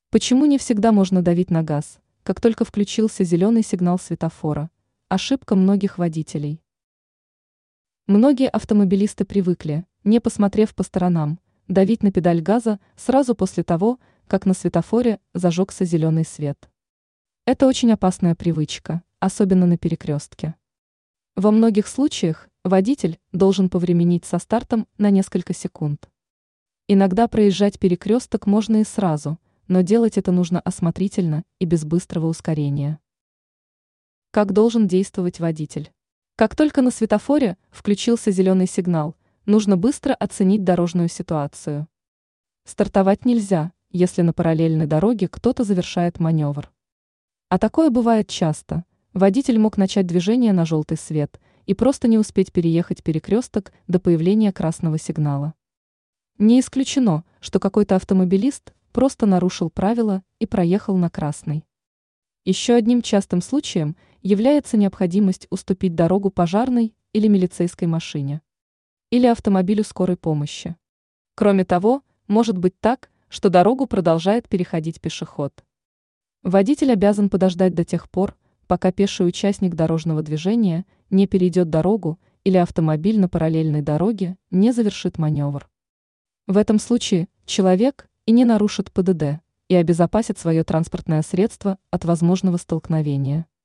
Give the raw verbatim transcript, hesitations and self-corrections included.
Почему не всегда можно давить на газ, как только включился зеленый сигнал светофора? Ошибка многих водителей. Многие автомобилисты привыкли, не посмотрев по сторонам, давить на педаль газа сразу после того, как на светофоре зажегся зеленый свет. Это очень опасная привычка, особенно на перекрестке. Во многих случаях водитель должен повременить со стартом на несколько секунд. Иногда проезжать перекресток можно и сразу, но делать это нужно осмотрительно и без быстрого ускорения. Как должен действовать водитель? Как только на светофоре включился зеленый сигнал, нужно быстро оценить дорожную ситуацию. Стартовать нельзя, если на параллельной дороге кто-то завершает маневр. А такое бывает часто. Водитель мог начать движение на желтый свет и просто не успеть переехать перекресток до появления красного сигнала. Не исключено, что какой-то автомобилист просто нарушил правила и проехал на красный. Еще одним частым случаем является необходимость уступить дорогу пожарной или милицейской машине, или автомобилю скорой помощи. Кроме того, может быть так, что дорогу продолжает переходить пешеход. Водитель обязан подождать до тех пор, пока пеший участник дорожного движения не перейдет дорогу или автомобиль на параллельной дороге не завершит маневр. В этом случае человек и не нарушит ПДД и обезопасит свое транспортное средство от возможного столкновения.